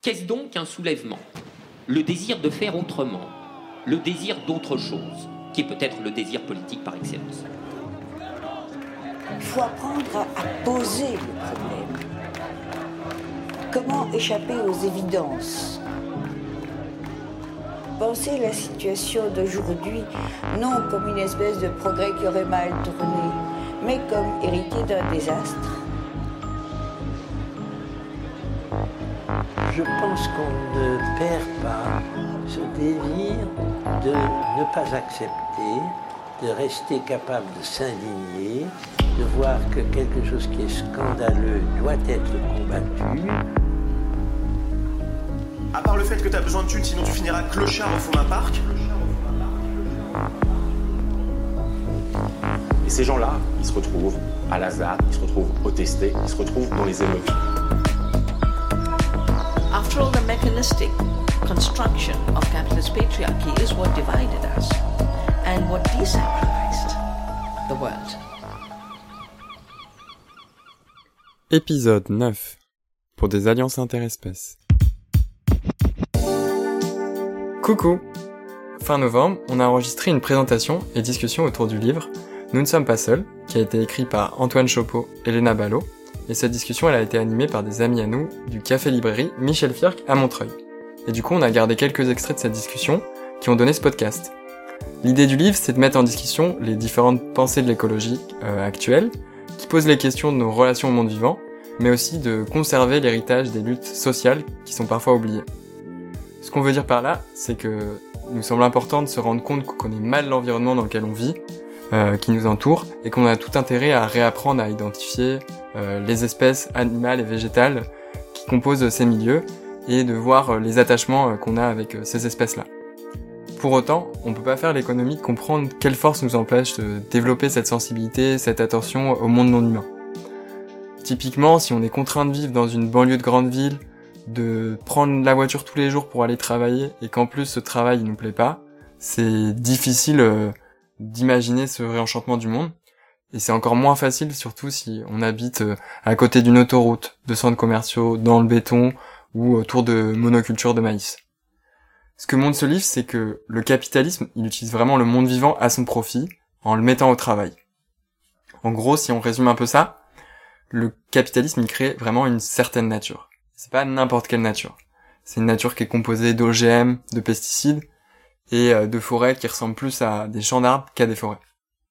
Qu'est-ce donc qu'un soulèvement ? Le désir de faire autrement, le désir d'autre chose, qui est peut-être le désir politique par excellence. Il faut apprendre à poser le problème. Comment échapper aux évidences ? Penser la situation d'aujourd'hui non comme une espèce de progrès qui aurait mal tourné, mais comme hérité d'un désastre. Je pense qu'on ne perd pas ce désir de ne pas accepter, de rester capable de s'indigner, de voir que quelque chose qui est scandaleux doit être combattu. À part le fait que tu as besoin de thunes, sinon tu finiras clochard au fond d'un parc. Et ces gens-là, ils se retrouvent à la ZAD, ils se retrouvent au testé, ils se retrouvent dans les émeutes. After all, the mechanistic construction of capitalist patriarchy is what divided us and what desacralized the world. Épisode 9. Pour des alliances interespèces. Coucou! Fin novembre, on a enregistré une présentation et discussion autour du livre « Nous ne sommes pas seuls », qui a été écrit par Antoine Chopeau et Léna Ballot, et cette discussion elle a été animée par des amis à nous du Café Librairie Michel Fierck à Montreuil. Et du coup on a gardé quelques extraits de cette discussion qui ont donné ce podcast. L'idée du livre c'est de mettre en discussion les différentes pensées de l'écologie actuelle, qui posent les questions de nos relations au monde vivant, mais aussi de conserver l'héritage des luttes sociales qui sont parfois oubliées. Ce qu'on veut dire par là, c'est que il nous semble important de se rendre compte qu'on connaît mal l'environnement dans lequel on vit, qui nous entoure, et qu'on a tout intérêt à réapprendre à identifier les espèces animales et végétales qui composent ces milieux, et de voir les attachements qu'on a avec ces espèces-là. Pour autant, on peut pas faire l'économie de comprendre quelle force nous empêche de développer cette sensibilité, cette attention au monde non humain. Typiquement, si on est contraint de vivre dans une banlieue de grande ville, de prendre la voiture tous les jours pour aller travailler, et qu'en plus ce travail il nous plaît pas, c'est difficile d'imaginer ce réenchantement du monde. Et c'est encore moins facile, surtout si on habite à côté d'une autoroute, de centres commerciaux, dans le béton, ou autour de monocultures de maïs. Ce que montre ce livre, c'est que le capitalisme, il utilise vraiment le monde vivant à son profit, en le mettant au travail. En gros, si on résume un peu ça, le capitalisme, il crée vraiment une certaine nature. C'est pas n'importe quelle nature. C'est une nature qui est composée d'OGM, de pesticides, et de forêts qui ressemblent plus à des champs d'arbres qu'à des forêts.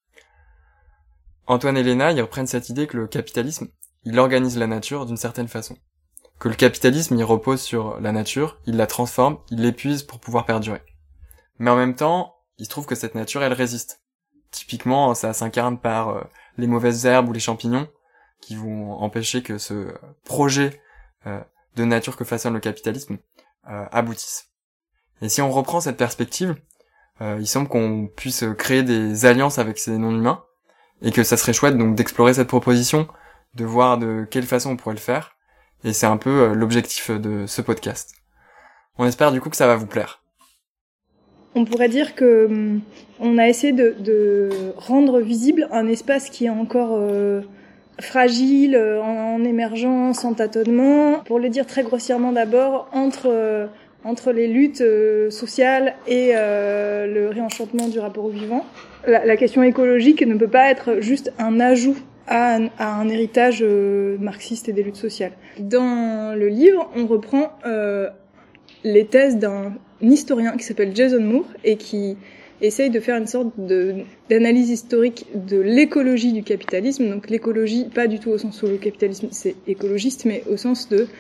Antoine et Léna, ils reprennent cette idée que le capitalisme, il organise la nature d'une certaine façon. Que le capitalisme, il repose sur la nature, il la transforme, il l'épuise pour pouvoir perdurer. Mais en même temps, il se trouve que cette nature, elle résiste. Typiquement, ça s'incarne par les mauvaises herbes ou les champignons, qui vont empêcher que ce projet de nature que façonne le capitalisme aboutisse. Et si on reprend cette perspective, il semble qu'on puisse créer des alliances avec ces non-humains, et que ça serait chouette donc d'explorer cette proposition, de voir de quelle façon on pourrait le faire, et c'est un peu l'objectif de ce podcast. On espère du coup que ça va vous plaire. On pourrait dire que on a essayé de rendre visible un espace qui est encore fragile, en émergence, en tâtonnement. Pour le dire très grossièrement d'abord, entre les luttes sociales et le réenchantement du rapport au vivant. La question écologique ne peut pas être juste un ajout à un héritage marxiste et des luttes sociales. Dans le livre, on reprend les thèses d'un historien qui s'appelle Jason Moore et qui essaye de faire une sorte d'analyse historique de l'écologie du capitalisme. Donc l'écologie, pas du tout au sens où le capitalisme c'est écologiste, mais au sens de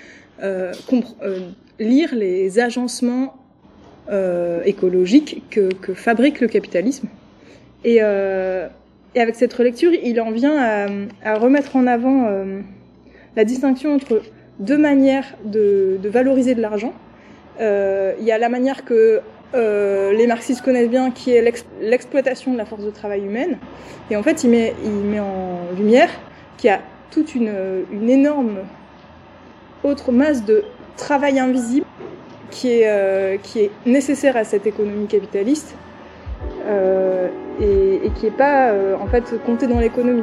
lire les agencements écologiques que fabrique le capitalisme. Et avec cette relecture, il en vient à remettre en avant la distinction entre deux manières de valoriser de l'argent. Il y a la manière que les marxistes connaissent bien, qui est l'exploitation de la force de travail humaine. Et en fait, il met en lumière qu'il y a toute une énorme autre masse de travail invisible qui est nécessaire à cette économie capitaliste et qui n'est pas en fait compté dans l'économie.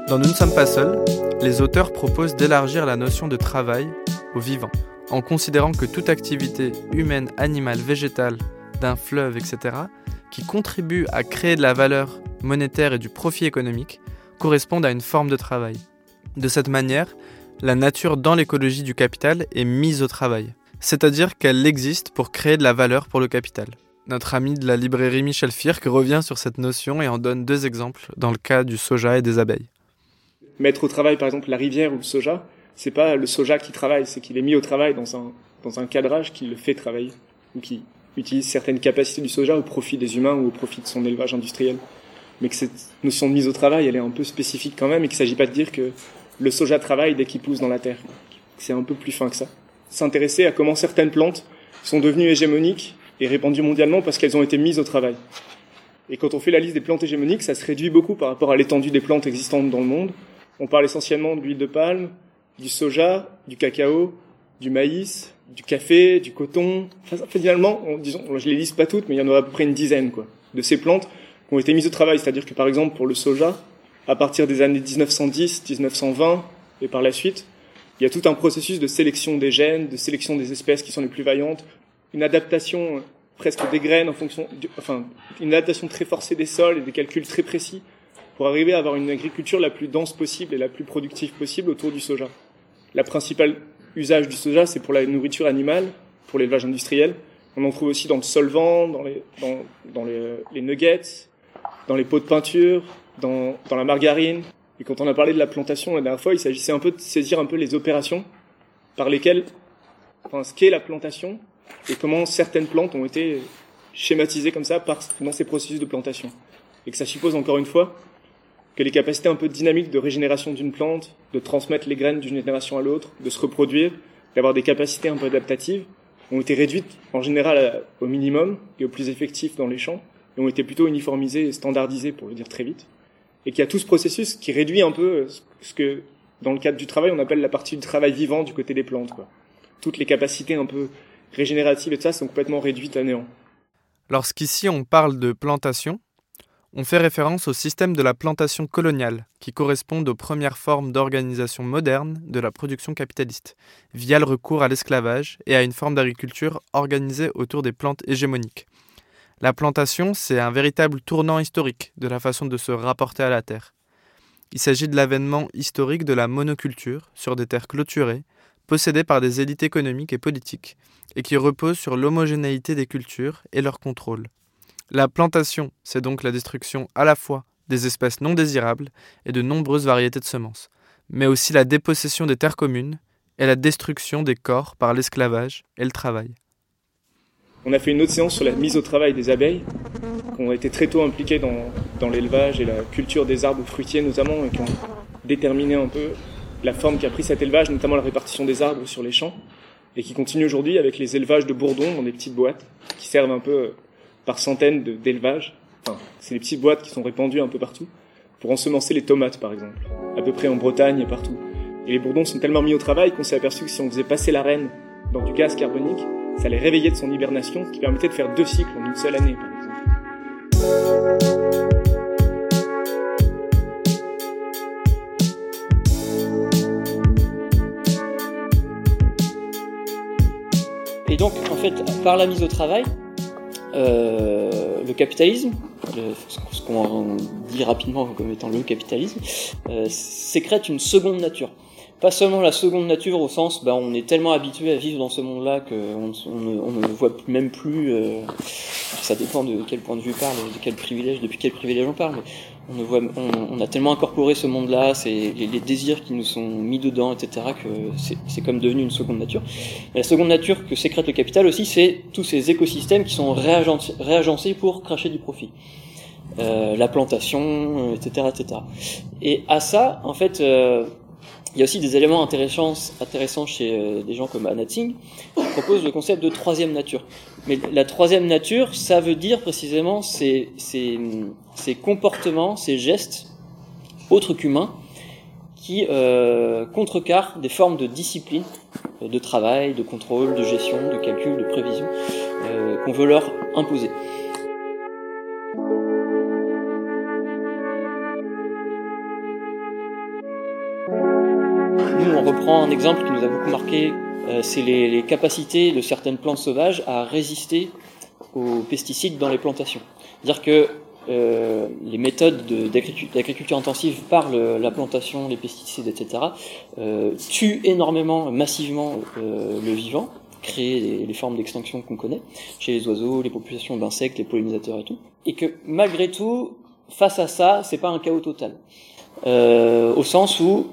Dans Nous ne sommes pas seuls, les auteurs proposent d'élargir la notion de travail au vivant, en considérant que toute activité humaine, animale, végétale, d'un fleuve, etc., qui contribue à créer de la valeur monétaire et du profit économique, correspondent à une forme de travail. De cette manière, la nature dans l'écologie du capital est mise au travail, c'est-à-dire qu'elle existe pour créer de la valeur pour le capital. Notre ami de la librairie Michel Firck revient sur cette notion et en donne 2 exemples dans le cas du soja et des abeilles. Mettre au travail, par exemple, la rivière ou le soja, c'est pas le soja qui travaille, c'est qu'il est mis au travail dans un cadrage qui le fait travailler, ou qui utilise certaines capacités du soja au profit des humains ou au profit de son élevage industriel. Mais que cette notion de mise au travail, elle est un peu spécifique quand même, et qu'il ne s'agit pas de dire que le soja travaille dès qu'il pousse dans la terre. C'est un peu plus fin que ça. S'intéresser à comment certaines plantes sont devenues hégémoniques et répandues mondialement parce qu'elles ont été mises au travail. Et quand on fait la liste des plantes hégémoniques, ça se réduit beaucoup par rapport à l'étendue des plantes existantes dans le monde. On parle essentiellement de l'huile de palme, du soja, du cacao, du maïs, du café, du coton. Enfin, finalement, je les liste pas toutes, mais il y en aura à peu près une dizaine, de ces plantes qui ont été mises au travail. C'est-à-dire que, par exemple, pour le soja, à partir des années 1910, 1920 et par la suite, il y a tout un processus de sélection des gènes, de sélection des espèces qui sont les plus vaillantes, une adaptation presque des graines une adaptation très forcée des sols et des calculs très précis pour arriver à avoir une agriculture la plus dense possible et la plus productive possible autour du soja. La principale usage du soja, c'est pour la nourriture animale, pour l'élevage industriel. On en trouve aussi dans le solvant, dans les nuggets, dans les pots de peinture, dans la margarine. Et quand on a parlé de la plantation la dernière fois, il s'agissait un peu de saisir un peu les opérations par lesquelles, ce qu'est la plantation et comment certaines plantes ont été schématisées comme ça dans ces processus de plantation. Et que ça suppose encore une fois que les capacités un peu dynamiques de régénération d'une plante, de transmettre les graines d'une génération à l'autre, de se reproduire, d'avoir des capacités un peu adaptatives, ont été réduites en général au minimum et au plus effectif dans les champs, et ont été plutôt uniformisées et standardisées, pour le dire très vite. Et qu'il y a tout ce processus qui réduit un peu ce que, dans le cadre du travail, on appelle la partie du travail vivant du côté des plantes, Toutes les capacités un peu régénératives et tout ça sont complètement réduites à néant. Lorsqu'ici on parle de plantation, on fait référence au système de la plantation coloniale, qui correspond aux premières formes d'organisation moderne de la production capitaliste, via le recours à l'esclavage et à une forme d'agriculture organisée autour des plantes hégémoniques. La plantation, c'est un véritable tournant historique de la façon de se rapporter à la terre. Il s'agit de l'avènement historique de la monoculture sur des terres clôturées, possédées par des élites économiques et politiques, et qui reposent sur l'homogénéité des cultures et leur contrôle. La plantation, c'est donc la destruction à la fois des espèces non désirables et de nombreuses variétés de semences, mais aussi la dépossession des terres communes et la destruction des corps par l'esclavage et le travail. On a fait une autre séance sur la mise au travail des abeilles, qui ont été très tôt impliquées dans l'élevage et la culture des arbres fruitiers notamment, et qui ont déterminé un peu la forme qu'a pris cet élevage, notamment la répartition des arbres sur les champs, et qui continue aujourd'hui avec les élevages de bourdons dans des petites boîtes, qui servent un peu par centaines d'élevages. C'est des petites boîtes qui sont répandues un peu partout, pour ensemencer les tomates par exemple, à peu près en Bretagne et partout. Et les bourdons sont tellement mis au travail qu'on s'est aperçu que si on faisait passer la reine dans du gaz carbonique, ça les réveillait de son hibernation, ce qui permettait de faire 2 cycles en une seule année, par exemple. Et donc, en fait, par la mise au travail, le capitalisme, ce qu'on dit rapidement comme étant le capitalisme, sécrète une seconde nature. Pas seulement la seconde nature au sens, on est tellement habitué à vivre dans ce monde-là qu'on ne voit même plus, ça dépend de quel point de vue on parle, de quel privilège, depuis quel privilège on parle, mais on a tellement incorporé ce monde-là, c'est les désirs qui nous sont mis dedans, etc., que c'est comme devenu une seconde nature. Mais la seconde nature que sécrète le capital aussi, c'est tous ces écosystèmes qui sont réagencés pour cracher du profit. La plantation, etc., etc. Et à ça, en fait, il y a aussi des éléments intéressants chez des gens comme Anna Tsing, qui proposent le concept de troisième nature. Mais la troisième nature, ça veut dire précisément ces comportements, ces gestes, autres qu'humains, qui contrecarrent des formes de discipline, de travail, de contrôle, de gestion, de calcul, de prévision, qu'on veut leur imposer. Nous, on reprend un exemple qui nous a beaucoup marqué, c'est les capacités de certaines plantes sauvages à résister aux pesticides dans les plantations. C'est-à-dire que les méthodes d'agriculture intensive par la plantation, les pesticides, etc., tuent énormément, massivement le vivant, créent les formes d'extinction qu'on connaît, chez les oiseaux, les populations d'insectes, les pollinisateurs et tout. Et que malgré tout, face à ça, c'est pas un chaos total. Au sens où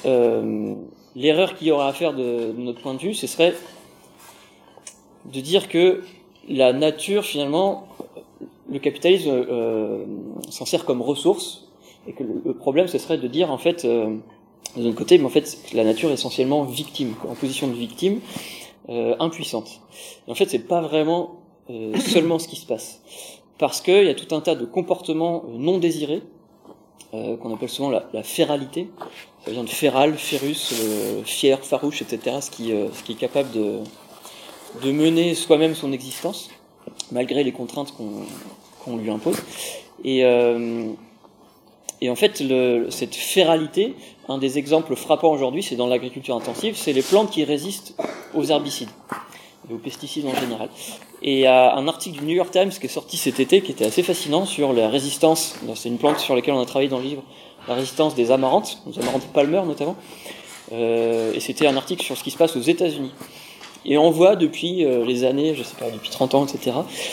l'erreur qu'il y aurait à faire de notre point de vue, ce serait de dire que la nature, finalement, le capitalisme s'en sert comme ressource, et que le problème, ce serait de dire, en fait, d'un autre côté, mais en fait, la nature est essentiellement victime, en position de victime, impuissante. Et en fait, c'est pas vraiment seulement ce qui se passe, parce qu'il y a tout un tas de comportements non désirés, qu'on appelle souvent la féralité. Ça vient de féral, férus, fier, farouche, etc. Ce qui est capable de mener soi-même son existence, malgré les contraintes qu'on lui impose. Et en fait, cette féralité, un des exemples frappants aujourd'hui, c'est dans l'agriculture intensive, c'est les plantes qui résistent aux herbicides et aux pesticides en général. Et il y a un article du New York Times qui est sorti cet été, qui était assez fascinant, sur la résistance, c'est une plante sur laquelle on a travaillé dans le livre, la résistance des amarantes Palmer notamment, et c'était un article sur ce qui se passe aux États-Unis. Et on voit depuis les années, je sais pas, depuis 30 ans, etc.,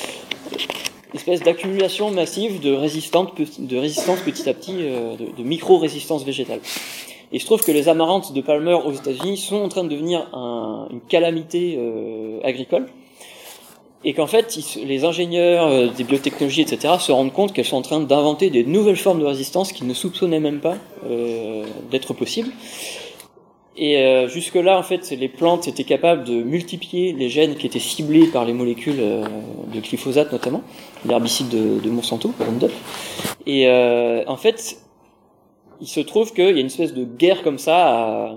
une espèce d'accumulation massive de résistance petit à petit, de micro-résistance végétale. Et il se trouve que les amarantes de Palmer aux États-Unis sont en train de devenir une calamité agricole, et qu'en fait, les ingénieurs des biotechnologies, etc., se rendent compte qu'elles sont en train d'inventer des nouvelles formes de résistance qu'ils ne soupçonnaient même pas d'être possibles. Et jusque-là, en fait, les plantes étaient capables de multiplier les gènes qui étaient ciblés par les molécules de glyphosate, notamment, l'herbicide de Monsanto, Roundup. Et en fait, il se trouve qu'il y a une espèce de guerre comme ça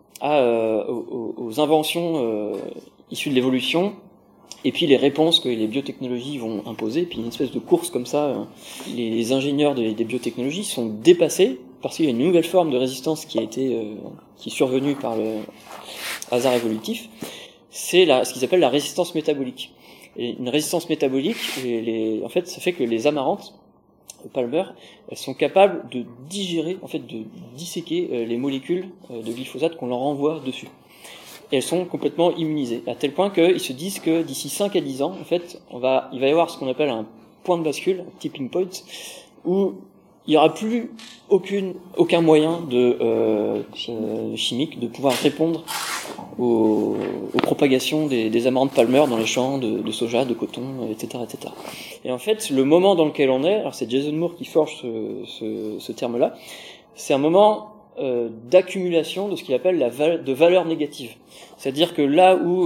aux inventions issues de l'évolution, et puis les réponses que les biotechnologies vont imposer, puis une espèce de course comme ça. Les ingénieurs des biotechnologies sont dépassés parce qu'il y a une nouvelle forme de résistance qui est survenue par le hasard évolutif. C'est ce qu'ils appellent la résistance métabolique. Et une résistance métabolique, en fait, ça fait que les amarantes Palmer, elles sont capables de digérer, en fait, de disséquer les molécules de glyphosate qu'on leur envoie dessus. Et elles sont complètement immunisées, à tel point qu'ils se disent que d'ici 5 à 10 ans, en fait, il va y avoir ce qu'on appelle un point de bascule, un tipping point, où il n'y aura plus aucun moyen chimique de pouvoir répondre aux propagations des amarantes Palmer dans les champs de soja, de coton, etc., etc. Et en fait, le moment dans lequel on est, alors c'est Jason Moore qui forge ce terme-là, c'est un moment d'accumulation de ce qu'il appelle de valeur négative. C'est-à-dire que là où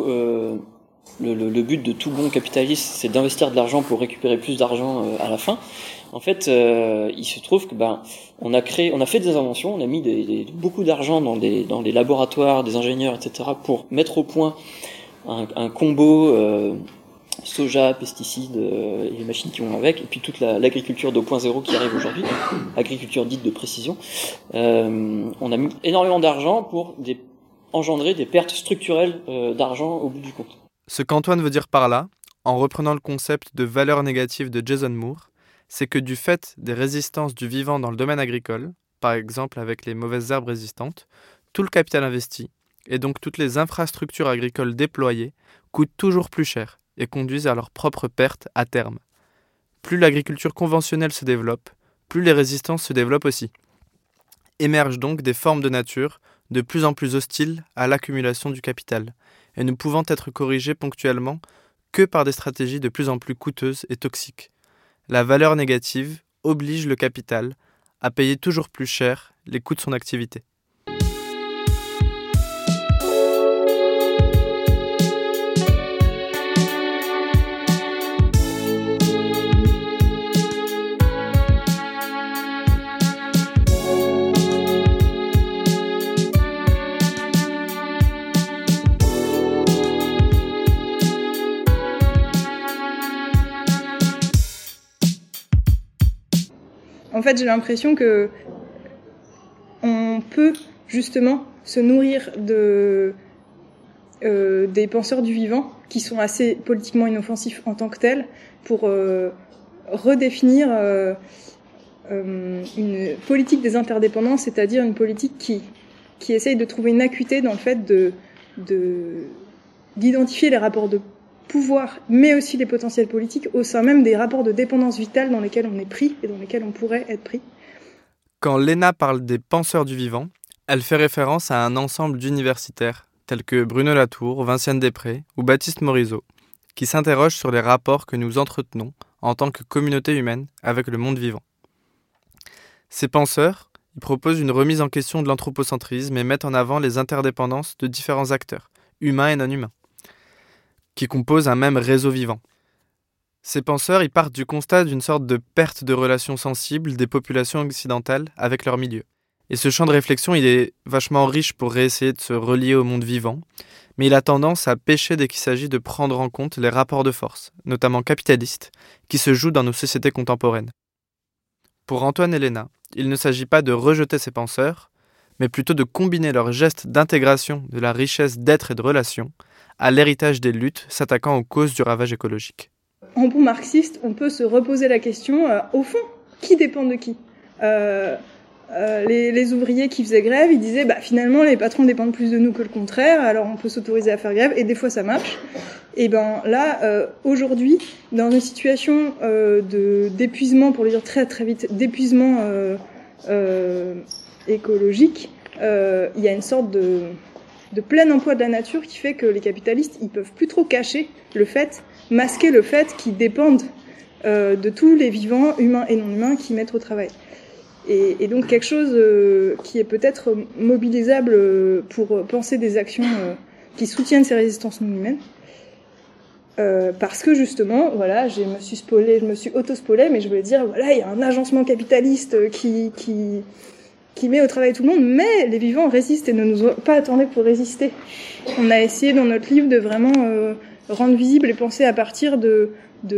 le but de tout bon capitaliste, c'est d'investir de l'argent pour récupérer plus d'argent à la fin, en fait, il se trouve que on a fait des inventions, on a mis beaucoup d'argent dans des laboratoires, des ingénieurs, etc., pour mettre au point un combo soja, pesticides et les machines qui vont avec, et puis toute l'agriculture 2.0 qui arrive aujourd'hui, agriculture dite de précision. On a mis énormément d'argent pour engendrer des pertes structurelles d'argent au bout du compte. Ce qu'Antoine veut dire par là, en reprenant le concept de valeur négative de Jason Moore, c'est que du fait des résistances du vivant dans le domaine agricole, par exemple avec les mauvaises herbes résistantes, tout le capital investi, et donc toutes les infrastructures agricoles déployées, coûtent toujours plus cher et conduisent à leur propre perte à terme. Plus l'agriculture conventionnelle se développe, plus les résistances se développent aussi. Émergent donc des formes de nature de plus en plus hostiles à l'accumulation du capital, et ne pouvant être corrigées ponctuellement que par des stratégies de plus en plus coûteuses et toxiques. La valeur négative oblige le capital à payer toujours plus cher les coûts de son activité. En fait, j'ai l'impression que on peut justement se nourrir des penseurs du vivant, qui sont assez politiquement inoffensifs en tant que tels, pour redéfinir une politique des interdépendances, c'est-à-dire une politique qui essaye de trouver une acuité dans le fait d'identifier les rapports de pouvoir, mais aussi les potentiels politiques au sein même des rapports de dépendance vitale dans lesquels on est pris et dans lesquels on pourrait être pris. Quand Léna parle des penseurs du vivant, elle fait référence à un ensemble d'universitaires tels que Bruno Latour, Vinciane Després ou Baptiste Morisot, qui s'interrogent sur les rapports que nous entretenons en tant que communauté humaine avec le monde vivant. Ces penseurs, ils proposent une remise en question de l'anthropocentrisme et mettent en avant les interdépendances de différents acteurs, humains et non humains, qui composent un même réseau vivant. Ces penseurs, ils partent du constat d'une sorte de perte de relations sensibles des populations occidentales avec leur milieu. Et ce champ de réflexion, il est vachement riche pour réessayer de se relier au monde vivant, mais il a tendance à pêcher dès qu'il s'agit de prendre en compte les rapports de force, notamment capitalistes, qui se jouent dans nos sociétés contemporaines. Pour Antoine et Léna, il ne s'agit pas de rejeter ces penseurs, mais plutôt de combiner leurs gestes d'intégration de la richesse d'être et de relations à l'héritage des luttes s'attaquant aux causes du ravage écologique. En bon marxiste, on peut se reposer la question, au fond, qui dépend de qui ? Les ouvriers qui faisaient grève, ils disaient finalement les patrons dépendent plus de nous que le contraire, alors on peut s'autoriser à faire grève, et des fois ça marche. Et là, aujourd'hui, dans une situation d'épuisement, pour le dire très très vite, d'épuisement écologique, il y a une sorte de plein emploi de la nature qui fait que les capitalistes, ils peuvent plus trop cacher masquer le fait qu'ils dépendent de tous les vivants, humains et non humains, qui mettent au travail. Et donc quelque chose qui est peut-être mobilisable pour penser des actions qui soutiennent ces résistances non humaines. Parce que justement, voilà, je me suis auto-spoilée, mais je voulais dire, voilà, il y a un agencement capitaliste qui met au travail tout le monde, mais les vivants résistent et ne nous ont pas attendus pour résister. On a essayé dans notre livre de vraiment rendre visible et penser à partir de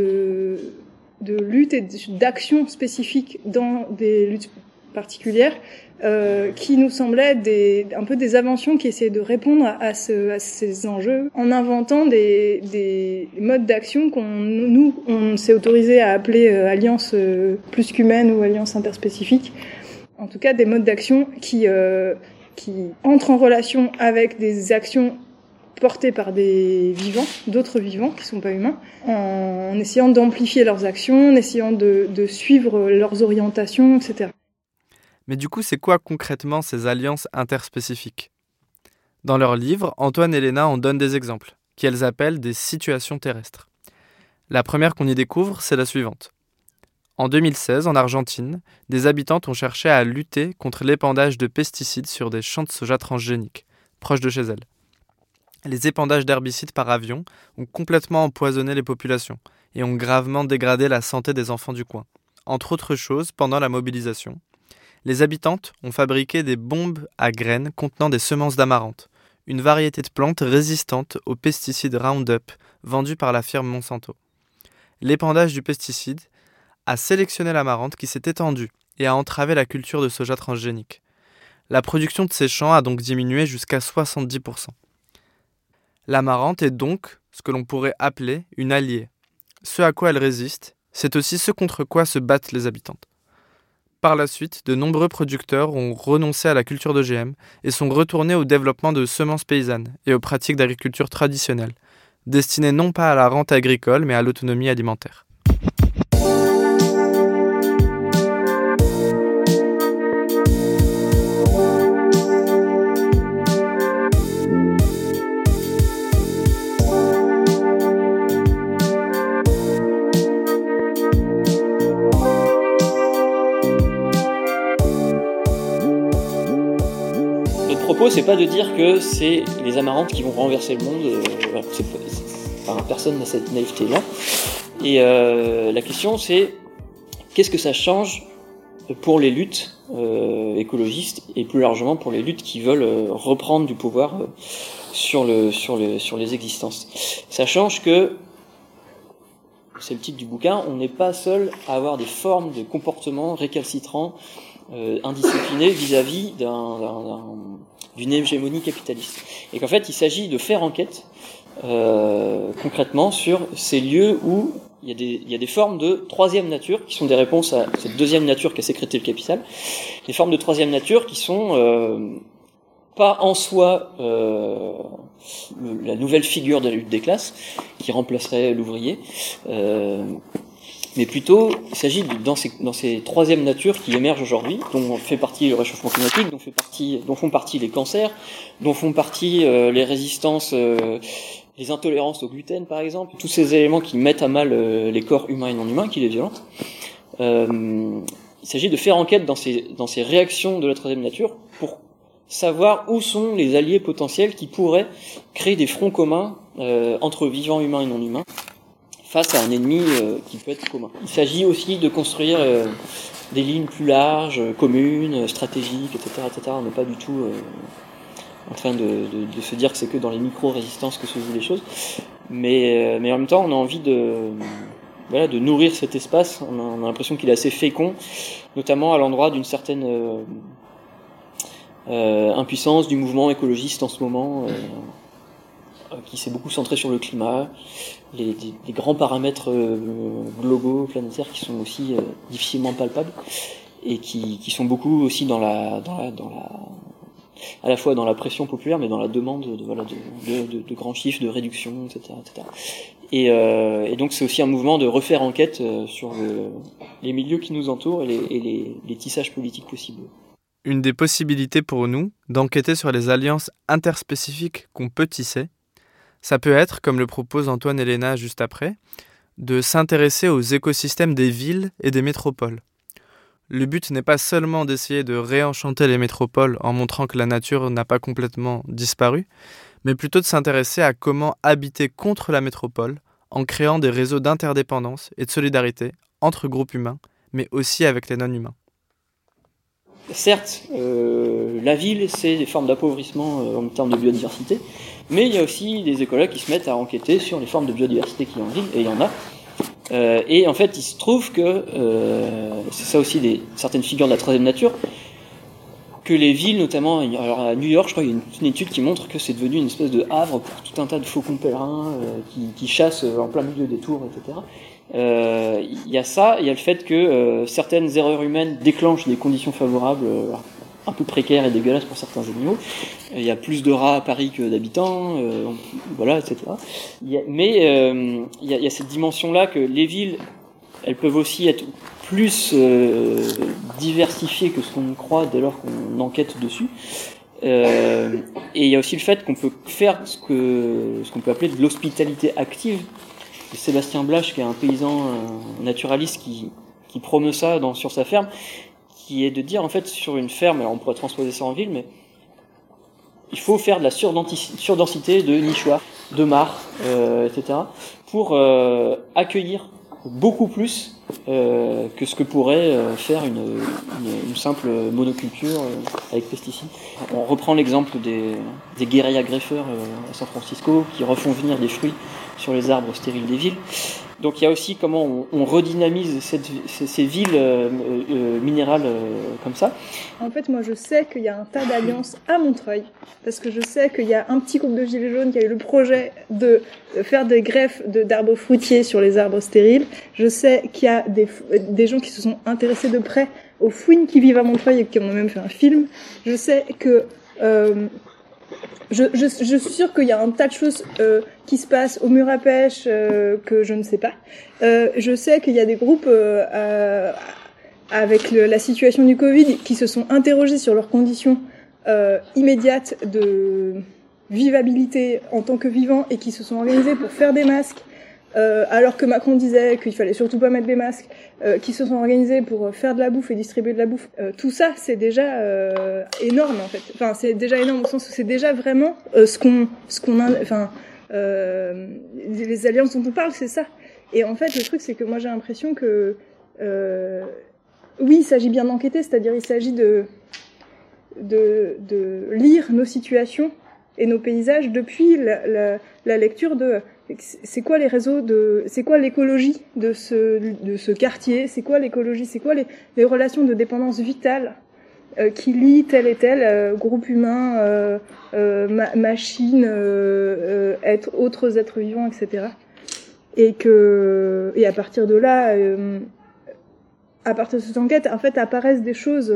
luttes et d'actions spécifiques dans des luttes particulières qui nous semblaient un peu des inventions qui essayaient de répondre à ces enjeux en inventant des modes d'action on s'est autorisé à appeler alliance plus qu'humaine ou alliance interspécifique. En tout cas, des modes d'action qui entrent en relation avec des actions portés par des vivants, d'autres vivants qui ne sont pas humains, en essayant d'amplifier leurs actions, en essayant de suivre leurs orientations, etc. Mais du coup, c'est quoi concrètement ces alliances interspécifiques ? Dans leur livre, Antoine et Léna en donnent des exemples, qu'elles appellent des situations terrestres. La première qu'on y découvre, c'est la suivante. En 2016, en Argentine, des habitantes ont cherché à lutter contre l'épandage de pesticides sur des champs de soja transgéniques, proches de chez elles. Les épandages d'herbicides par avion ont complètement empoisonné les populations et ont gravement dégradé la santé des enfants du coin. Entre autres choses, pendant la mobilisation, les habitantes ont fabriqué des bombes à graines contenant des semences d'amarante, une variété de plantes résistante aux pesticides Roundup vendus par la firme Monsanto. L'épandage du pesticide a sélectionné l'amarante qui s'est étendue et a entravé la culture de soja transgénique. La production de ces champs a donc diminué jusqu'à 70%. L'amarante est donc ce que l'on pourrait appeler une alliée. Ce à quoi elle résiste, c'est aussi ce contre quoi se battent les habitantes. Par la suite, de nombreux producteurs ont renoncé à la culture d'OGM et sont retournés au développement de semences paysannes et aux pratiques d'agriculture traditionnelle, destinées non pas à la rente agricole mais à l'autonomie alimentaire. C'est pas de dire que c'est les amarantes qui vont renverser le monde. Personne n'a cette naïveté-là. Et la question, c'est qu'est-ce que ça change pour les luttes écologistes et plus largement pour les luttes qui veulent reprendre du pouvoir sur les existences. Ça change que, c'est le titre du bouquin, on n'est pas seul à avoir des formes de comportements récalcitrants, indisciplinés vis-à-vis d'une hégémonie capitaliste. Et qu'en fait, il s'agit de faire enquête concrètement sur ces lieux où il y a des formes de troisième nature qui sont des réponses à cette deuxième nature qu'a sécrété le capital. Des formes de troisième nature qui sont pas en soi la nouvelle figure de la lutte des classes qui remplacerait l'ouvrier, mais plutôt il s'agit dans ces troisième natures qui émergent aujourd'hui, dont fait partie le réchauffement climatique, dont font partie les cancers, dont font partie les résistances, les intolérances au gluten par exemple, tous ces éléments qui mettent à mal les corps humains et non humains, qui les violentent. Il s'agit de faire enquête dans ces réactions de la troisième nature pour savoir où sont les alliés potentiels qui pourraient créer des fronts communs entre vivants humains et non humains face à un ennemi qui peut être commun. Il s'agit aussi de construire des lignes plus larges, communes, stratégiques, etc. On n'est pas du tout en train de se dire que c'est que dans les micro-résistances que se jouent les choses, mais en même temps on a envie de nourrir cet espace. On a l'impression qu'il est assez fécond, notamment à l'endroit d'une certaine impuissance du mouvement écologiste en ce moment, qui s'est beaucoup centré sur le climat, les grands paramètres globaux, planétaires, qui sont aussi difficilement palpables et qui sont beaucoup aussi à la fois dans la pression populaire, mais dans la demande de grands chiffres, de réduction, etc. Et donc c'est aussi un mouvement de refaire enquête sur les milieux qui nous entourent et les tissages politiques possibles. Une des possibilités pour nous d'enquêter sur les alliances interspécifiques qu'on peut tisser, ça peut être, comme le propose Antoine et Léna juste après, de s'intéresser aux écosystèmes des villes et des métropoles. Le but n'est pas seulement d'essayer de réenchanter les métropoles en montrant que la nature n'a pas complètement disparu, mais plutôt de s'intéresser à comment habiter contre la métropole en créant des réseaux d'interdépendance et de solidarité entre groupes humains, mais aussi avec les non-humains. Certes, la ville, c'est des formes d'appauvrissement en termes de biodiversité, mais il y a aussi des écologues qui se mettent à enquêter sur les formes de biodiversité qu'il y a en ville, et il y en a. Et en fait, il se trouve que, c'est ça aussi certaines figures de la troisième nature, que les villes, notamment alors à New York, je crois qu'il y a une étude qui montre que c'est devenu une espèce de havre pour tout un tas de faucons pèlerins qui chassent en plein milieu des tours, etc. Il y a ça, il y a le fait que certaines erreurs humaines déclenchent des conditions favorables un peu précaires et dégueulasses pour certains animaux. Il y a plus de rats à Paris que d'habitants, voilà, etc. Mais il y a cette dimension-là que les villes, elles peuvent aussi être plus diversifiées que ce qu'on croit dès lors qu'on enquête dessus. Et il y a aussi le fait qu'on peut faire ce qu'on peut appeler de l'hospitalité active. Sébastien Blache, qui est un paysan naturaliste qui promeut ça sur sa ferme, qui est de dire, en fait, sur une ferme, alors on pourrait transposer ça en ville, mais il faut faire de la surdensité de nichoirs, de mares, etc., pour accueillir beaucoup plus que ce que pourrait faire une simple monoculture avec pesticides. On reprend l'exemple des guérilla greffeurs à San Francisco qui refont venir des fruits sur les arbres stériles des villes. Donc il y a aussi comment on redynamise ces villes minérales comme ça. En fait, moi je sais qu'il y a un tas d'alliances à Montreuil, parce que je sais qu'il y a un petit groupe de gilets jaunes qui a eu le projet de faire des greffes d'arbres fruitiers sur les arbres stériles. Je sais qu'il y a des gens qui se sont intéressés de près aux fouines qui vivent à Montreuil et qui en ont même fait un film. Je sais que je suis sûre qu'il y a un tas de choses qui se passent au mur à pêche que je ne sais pas. Je sais qu'il y a des groupes avec la situation du Covid qui se sont interrogés sur leurs conditions immédiates de vivabilité en tant que vivants et qui se sont organisés pour faire des masques. Alors que Macron disait qu'il fallait surtout pas mettre des masques, qui se sont organisés pour faire de la bouffe et distribuer de la bouffe. Tout ça, c'est déjà énorme en fait. Enfin, c'est déjà énorme au sens où c'est déjà vraiment les alliances dont on parle, c'est ça. Et en fait, le truc, c'est que moi, j'ai l'impression que oui, il s'agit bien d'enquêter, c'est-à-dire il s'agit de lire nos situations et nos paysages depuis la lecture de c'est quoi les réseaux c'est quoi l'écologie de ce quartier, c'est quoi l'écologie, c'est quoi les relations de dépendance vitale qui lie tel et tel groupe humain, machine, autres êtres vivants, etc. Et à partir de là, à partir de cette enquête, en fait, apparaissent des choses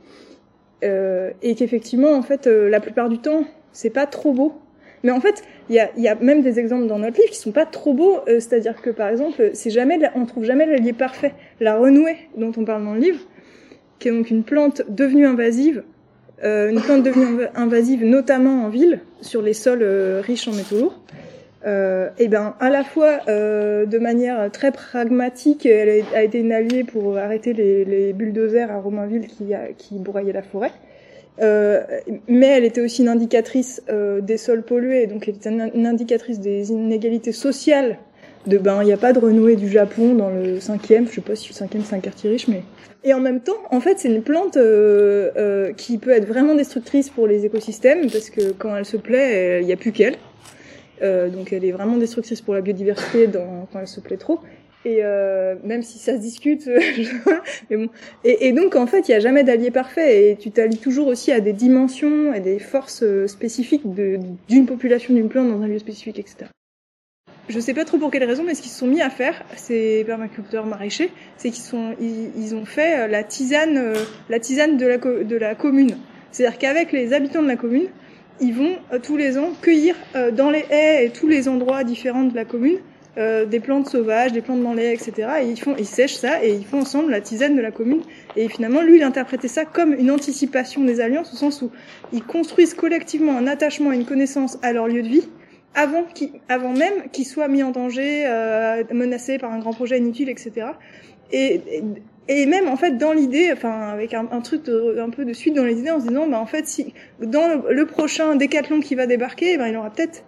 et qu'effectivement, en fait, la plupart du temps, c'est pas trop beau. Mais en fait, il y a même des exemples dans notre livre qui sont pas trop beaux. C'est-à-dire que, par exemple, on trouve jamais l'allié parfait. La renouée, dont on parle dans le livre, qui est donc une plante devenue invasive, notamment en ville, sur les sols riches en métaux lourds. Et ben, à la fois, de manière très pragmatique, elle a été une alliée pour arrêter les bulldozers à Romainville qui broyaient la forêt. Mais elle était aussi une indicatrice des sols pollués, donc elle était une indicatrice des inégalités sociales. Il n'y a pas de renouée du Japon dans le 5e, je sais pas si le 5e c'est un quartier riche, mais... Et en même temps, en fait, c'est une plante qui peut être vraiment destructrice pour les écosystèmes, parce que quand elle se plaît, il n'y a plus qu'elle. Donc elle est vraiment destructrice pour la biodiversité quand elle se plaît trop. Et même si ça se discute, mais bon. Et donc en fait, il n'y a jamais d'allié parfait, et tu t'allies toujours aussi à des dimensions et des forces spécifiques d'une population, d'une plante dans un lieu spécifique, etc. Je sais pas trop pour quelle raison, mais ce qu'ils se sont mis à faire, ces permaculteurs maraîchers, c'est ils ont fait la tisane de la commune. C'est-à-dire qu'avec les habitants de la commune, ils vont tous les ans cueillir dans les haies et tous les endroits différents de la commune des plantes sauvages, des plantes dans les haies, etc. Et ils sèchent ça et ils font ensemble la tisane de la commune. Et finalement, lui, il interprétait ça comme une anticipation des alliances, au sens où ils construisent collectivement un attachement et une connaissance à leur lieu de vie, avant même qu'ils soient mis en danger, menacés par un grand projet inutile, etc. Et même, en fait, dans l'idée, enfin, avec un truc un peu de suite dans les idées, en se disant, en fait, si, dans le prochain décathlon qui va débarquer, il aura peut-être,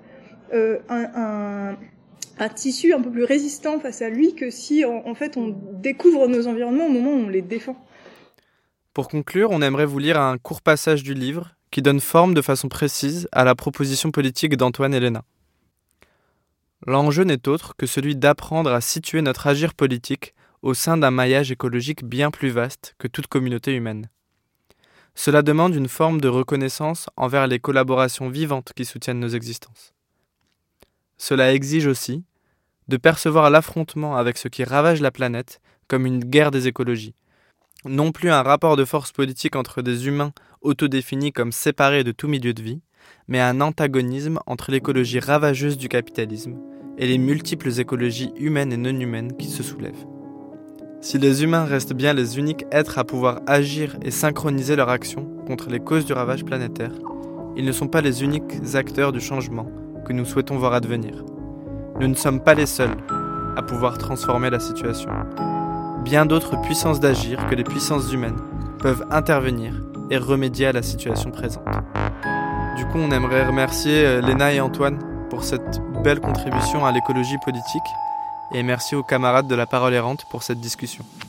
un tissu un peu plus résistant face à lui que si, en fait, on découvre nos environnements au moment où on les défend. Pour conclure, on aimerait vous lire un court passage du livre qui donne forme de façon précise à la proposition politique d'Antoine et Léna. L'enjeu n'est autre que celui d'apprendre à situer notre agir politique au sein d'un maillage écologique bien plus vaste que toute communauté humaine. Cela demande une forme de reconnaissance envers les collaborations vivantes qui soutiennent nos existences. Cela exige aussi de percevoir l'affrontement avec ce qui ravage la planète comme une guerre des écologies, non plus un rapport de force politique entre des humains autodéfinis comme séparés de tout milieu de vie, mais un antagonisme entre l'écologie ravageuse du capitalisme et les multiples écologies humaines et non humaines qui se soulèvent. Si les humains restent bien les uniques êtres à pouvoir agir et synchroniser leur action contre les causes du ravage planétaire, ils ne sont pas les uniques acteurs du changement que nous souhaitons voir advenir. Nous ne sommes pas les seuls à pouvoir transformer la situation. Bien d'autres puissances d'agir que les puissances humaines peuvent intervenir et remédier à la situation présente. Du coup, on aimerait remercier Léna et Antoine pour cette belle contribution à l'écologie politique et merci aux camarades de la Parole errante pour cette discussion.